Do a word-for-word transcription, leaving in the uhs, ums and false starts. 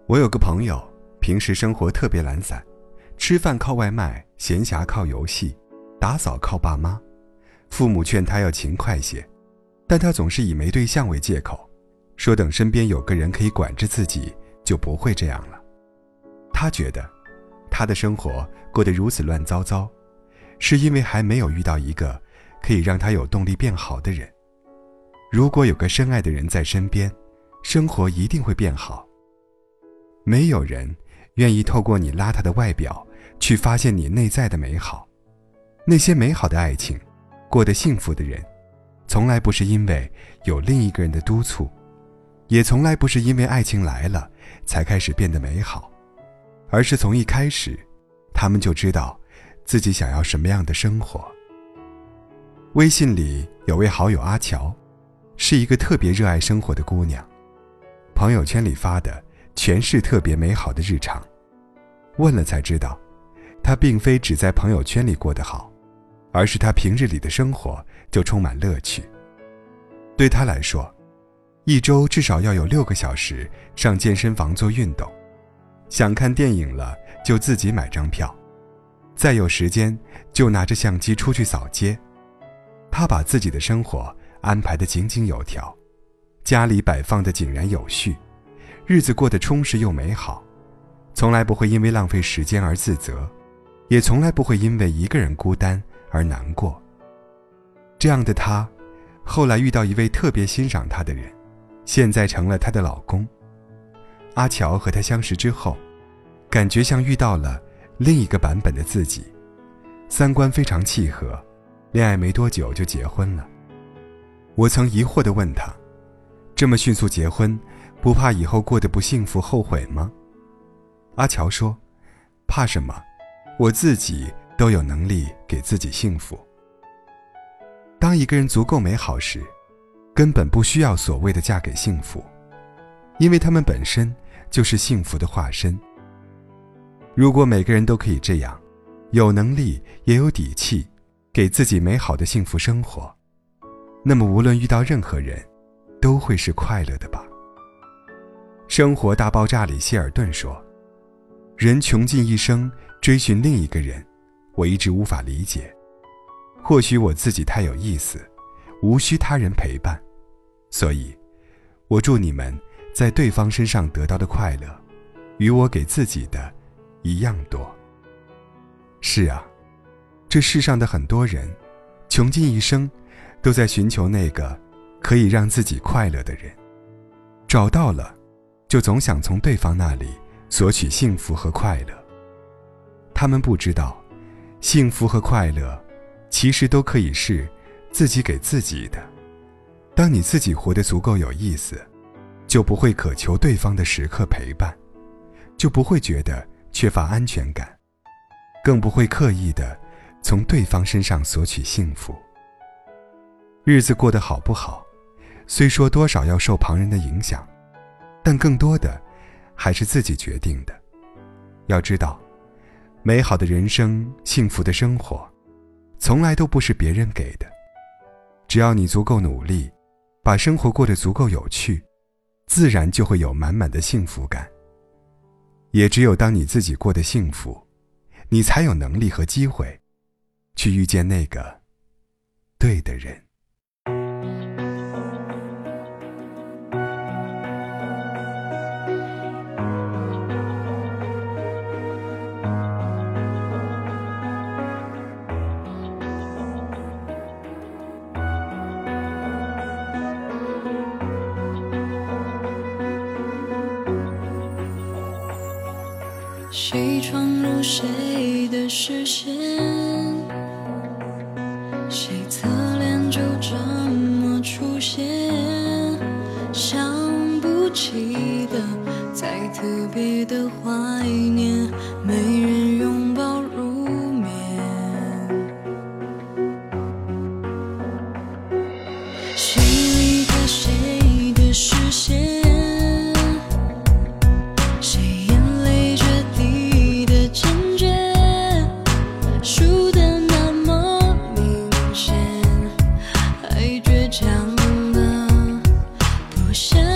我有个朋友，平时生活特别懒散，吃饭靠外卖，闲暇靠游戏，打扫靠爸妈。父母劝他要勤快些，但他总是以没对象为借口，说等身边有个人可以管着自己，就不会这样了。他觉得他的生活过得如此乱糟糟，是因为还没有遇到一个可以让他有动力变好的人。如果有个深爱的人在身边，生活一定会变好。没有人愿意透过你邋遢的外表去发现你内在的美好。那些美好的爱情，过得幸福的人，从来不是因为有另一个人的督促，也从来不是因为爱情来了才开始变得美好，而是从一开始他们就知道自己想要什么样的生活。微信里有位好友阿乔，是一个特别热爱生活的姑娘，朋友圈里发的全是特别美好的日常。问了才知道，她并非只在朋友圈里过得好，而是她平日里的生活就充满乐趣。对她来说，一周至少要有六个小时上健身房做运动，想看电影了就自己买张票，再有时间就拿着相机出去扫街。她把自己的生活安排得井井有条，家里摆放得井然有序，日子过得充实又美好，从来不会因为浪费时间而自责，也从来不会因为一个人孤单而难过。这样的她，后来遇到一位特别欣赏她的人，现在成了她的老公。阿乔和她相识之后，感觉像遇到了另一个版本的自己，三观非常契合，恋爱没多久就结婚了。我曾疑惑地问她，这么迅速结婚，不怕以后过得不幸福后悔吗？阿乔说，怕什么？我自己都有能力给自己幸福。当一个人足够美好时，根本不需要所谓的嫁给幸福，因为他们本身就是幸福的化身。如果每个人都可以这样，有能力也有底气，给自己美好的幸福生活，那么无论遇到任何人，都会是快乐的吧。生活大爆炸里希尔顿说，人穷尽一生追寻另一个人，我一直无法理解。或许我自己太有意思，无需他人陪伴，所以我祝你们在对方身上得到的快乐，与我给自己的一样多。是啊，这世上的很多人穷尽一生都在寻求那个可以让自己快乐的人，找到了就总想从对方那里索取幸福和快乐。他们不知道，幸福和快乐其实都可以是自己给自己的。当你自己活得足够有意思，就不会渴求对方的时刻陪伴，就不会觉得缺乏安全感，更不会刻意的从对方身上索取幸福。日子过得好不好，虽说多少要受旁人的影响，但更多的还是自己决定的。要知道，美好的人生，幸福的生活，从来都不是别人给的。只要你足够努力，把生活过得足够有趣，自然就会有满满的幸福感。也只有当你自己过得幸福，你才有能力和机会去遇见那个对的人。 谁闯入谁的视线，谁侧脸就这么出现，想不起的再特别的怀念，没人拥抱入眠。谁离开谁的视线，想的不像